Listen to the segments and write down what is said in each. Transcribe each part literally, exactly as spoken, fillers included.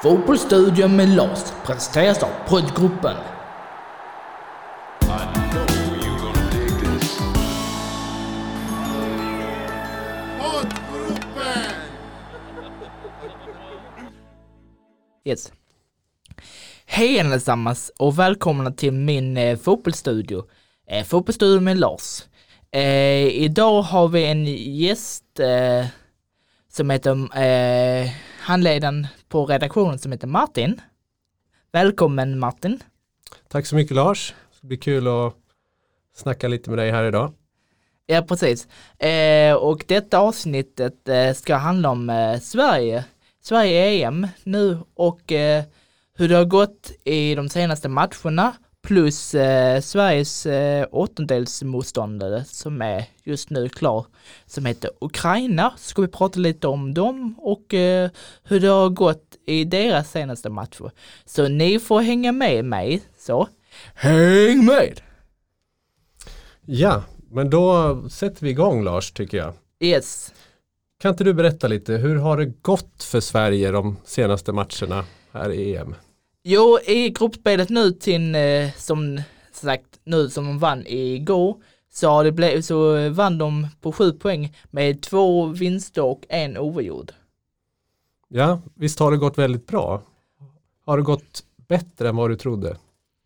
Fotbollsstudion med Lars presenteras av poddgruppen. Yes. Hej allesammans och välkomna till min eh, fotbollsstudio. Eh, fotbollsstudio med Lars. Eh, idag har vi en gäst eh, som heter eh, handledaren på redaktionen som heter Martin. Välkommen Martin. Tack så mycket Lars. Det blir kul att snacka lite med dig här idag. Ja, precis. Eh, och detta avsnittet eh, ska handla om eh, Sverige. Sverige E M nu och eh, hur det har gått i de senaste matcherna plus eh, Sveriges eh, åttondelsmotståndare som är just nu klar som heter Ukraina. Ska vi prata lite om dem och eh, hur det har gått i deras senaste matcher. Så ni får hänga med mig. Så häng med! Ja, men då sätter vi igång Lars tycker jag. Yes. Kan inte du berätta lite, hur har det gått för Sverige de senaste matcherna här i E M? Jo, i gruppspelet nu till, eh, som sagt, nu som de vann igår, så, har det ble, så vann de på sju poäng med två vinster och en oavgjord. Ja, visst har det gått väldigt bra. Har det gått bättre än vad du trodde?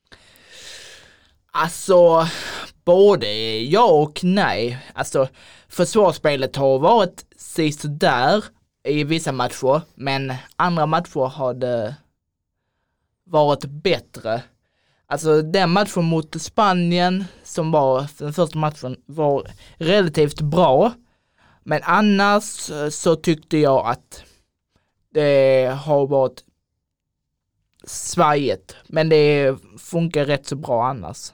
Alltså, både ja och nej. Alltså, försvarsspelet har varit sådär i vissa matcher, men andra matcher har det varit bättre. Alltså den matchen mot Spanien som var den första matchen var relativt bra. Men annars så tyckte jag att det har varit svajigt. Men det funkar rätt så bra annars.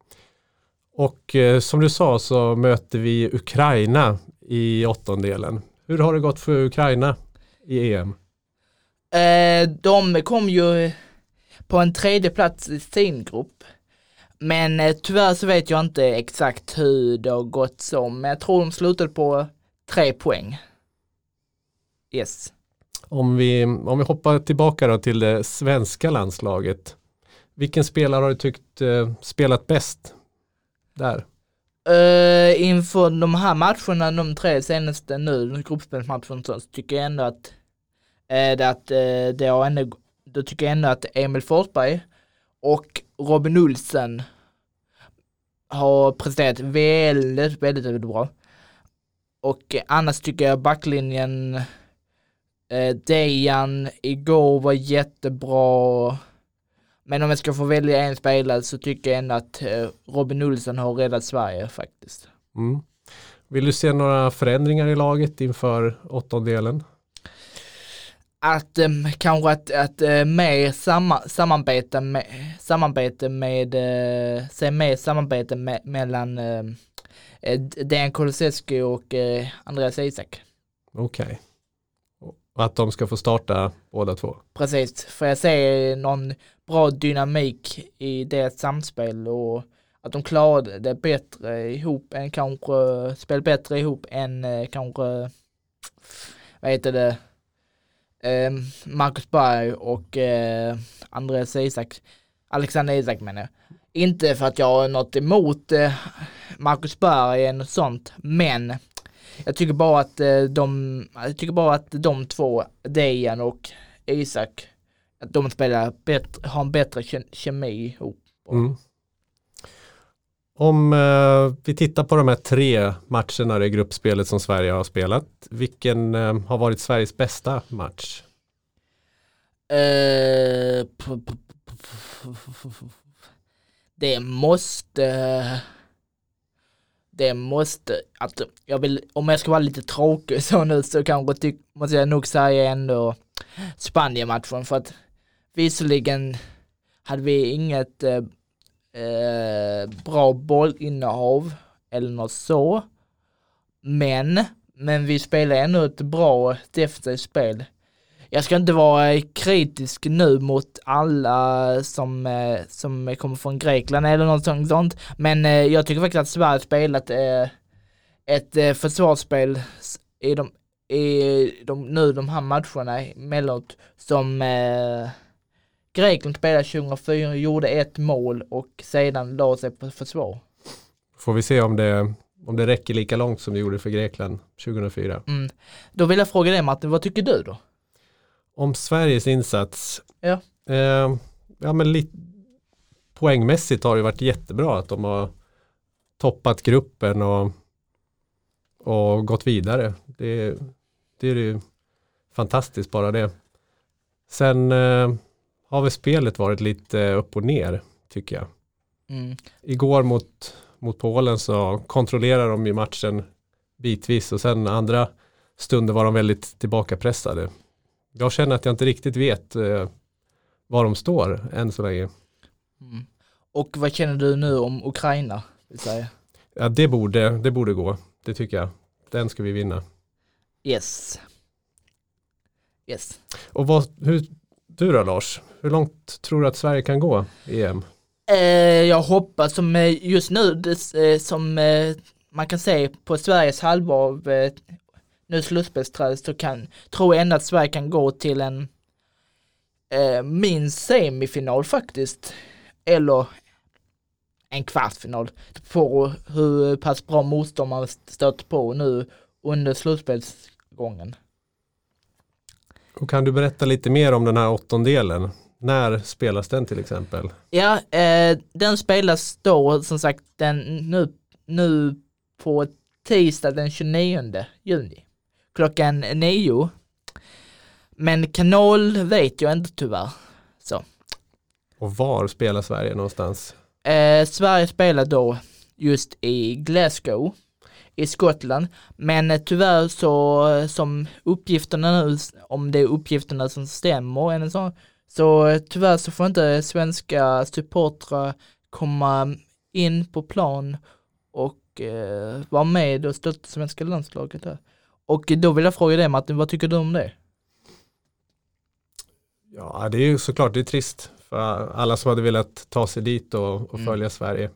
Och eh, som du sa så möter vi Ukraina i åttondelen. Hur har det gått för Ukraina i E M? Eh, de kom ju på en tredje plats i sin grupp. Men eh, tyvärr så vet jag inte exakt hur det har gått som. Men jag tror de slutade på tre poäng. Yes. Om vi, om vi hoppar tillbaka då till det svenska landslaget. Vilken spelare har du tyckt eh, spelat bäst där? Uh, inför de här matcherna, de tre senaste nu, gruppspelsmatcherna, så tycker jag ändå att, uh, det, att uh, det har ändå, då tycker jag ändå att Emil Forsberg och Robin Olsen har presterat väldigt, väldigt, väldigt bra. Och uh, annars tycker jag backlinjen uh, Dejan igår var jättebra. Men om jag ska få välja en spelare så tycker jag ändå att eh, Robin Olsen har räddat Sverige faktiskt. Mm. Vill du se några förändringar i laget inför åttondelen? Att eh, kanske att, att eh, mer samma, samarbete med, samarbete med eh, se mer samarbete med, mellan eh, Dejan Kulusevski och eh, Andreas Isak. Okej. Okay. Och att de ska få starta båda två. Precis, för jag ser någon bra dynamik i det samspel och att de klarade det bättre ihop än kanske, spel bättre ihop än eh, kanske, vad heter det, eh, Marcus Berg och eh, Andreas Isak, Alexander Isak menar jag. Inte för att jag har något emot eh, Marcus Berg eller något sånt, men jag tycker bara att de, jag tycker bara att de två, Dejan och Isak, att de spelar bättre, har en bättre kemi ihop. Mm. Om eh, vi tittar på de här tre matcherna i gruppspelet som Sverige har spelat, vilken eh, har varit Sveriges bästa match? Uh, det måste... Det måste, att jag vill, om jag ska vara lite tråkig så nu så kanske tyck, måste jag nog säga ändå Spanien-matchen, för att visserligen hade vi inget eh, bra bollinnehav eller något så, men, men vi spelar ändå ett bra defensivt spel. Jag ska inte vara kritisk nu mot alla som, eh, som kommer från Grekland eller något sånt. Men eh, jag tycker faktiskt att Sverige spelat eh, ett eh, försvarsspel i de, i de, nu de här matcherna emellanåt som eh, Grekland spelade tjugohundrafyra, gjorde ett mål och sedan la sig på försvar. Får vi se om det, om det räcker lika långt som det gjorde för Grekland tjugohundrafyra. Mm. Då vill jag fråga dig, Martin, vad tycker du då? Om Sveriges insats? Ja. Eh, ja men lite poängmässigt har det varit jättebra att de har toppat gruppen och, och gått vidare. Det, det är ju fantastiskt bara det. Sen eh, har väl spelet varit lite upp och ner tycker jag. Mm. Igår mot, mot Polen så kontrollerar de ju matchen bitvis och sen andra stunder var de väldigt tillbakapressade. Jag känner att jag inte riktigt vet eh, var de står än så länge. Mm. Och vad känner du nu om Ukraina? Vill säga? Ja, det borde, det borde gå. Det tycker jag. Den ska vi vinna. Yes. Yes. Och vad, hur, du då Lars? Hur långt tror du att Sverige kan gå i E M? Eh, jag hoppas som eh, just nu det, eh, som eh, man kan se på Sveriges halvår eh, nu slutspelsträdet så kan tror jag ändå att Sverige kan gå till en eh, minst semifinal faktiskt. Eller en kvartsfinal på hur pass bra motstånd man stött på nu under slutspelsgången. Och kan du berätta lite mer om den här åttondelen? När spelas den till exempel? Ja, eh, den spelas då som sagt den, nu, nu på tisdag den tjugonionde juni. Klockan nio. Men kanal vet jag inte tyvärr. Så. Och var spelar Sverige någonstans? Eh, Sverige spelar då just i Glasgow i Skottland. Men eh, tyvärr så som uppgifterna nu, om det är uppgifterna som stämmer eller så, så eh, tyvärr så får inte svenska supportrar komma in på plan och eh, vara med och stötta svenska landslaget där. Och då vill jag fråga dig Martin, vad tycker du om det? Ja, det är ju såklart det är trist för alla som hade velat ta sig dit och, och Mm. följa Sverige.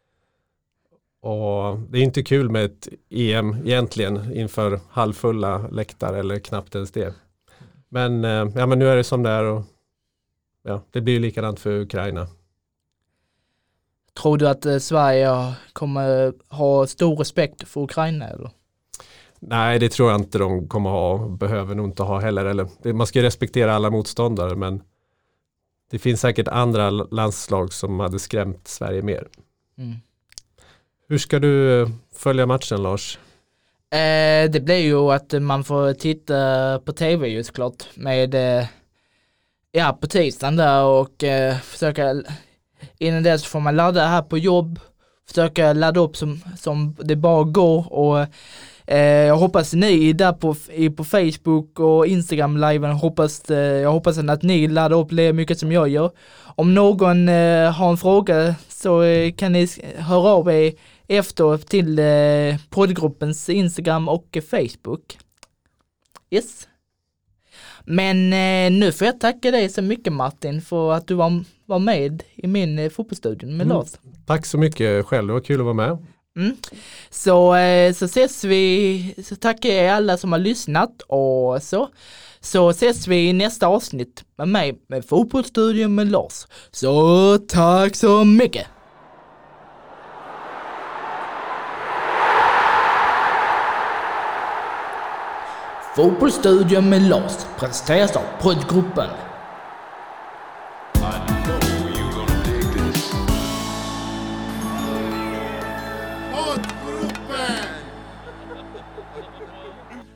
Och det är inte kul med ett E M egentligen inför halvfulla läktare eller knappt ens det. Men, eh, ja, men nu är det som det är och ja, det blir likadant för Ukraina. Tror du att eh, Sverige kommer ha stor respekt för Ukraina eller? Nej, det tror jag inte de kommer ha, behöver nog inte ha heller. Eller, det, man ska ju respektera alla motståndare, men det finns säkert andra landslag som hade skrämt Sverige mer. Mm. Hur ska du följa matchen, Lars? Eh, det blir ju att man får titta på tv just klart med eh, ja, på tisdagen där och eh, försöka innan dess får man ladda här på jobb, försöka ladda upp som, som det bara går och eh, jag hoppas ni där på, i, på Facebook och Instagram-liven hoppas, eh, jag hoppas att ni laddar upp lika mycket som jag gör. Om någon eh, har en fråga så eh, kan ni höra av er efter till eh, poddgruppens Instagram och Facebook. Yes. Men eh, nu får jag tacka dig så mycket Martin för att du var, var med i min eh, fotbollsstudion med Mm. Lars. Tack så mycket själv, det var kul att vara med. Mm. Så, eh, så ses vi, så tackar jag alla som har lyssnat och så. Så ses vi i nästa avsnitt med mig med fotbollsstudion med Lars. Så tack så mycket! Fotbollsstudion med Lars presenteras av poddgruppen. Poddgruppen!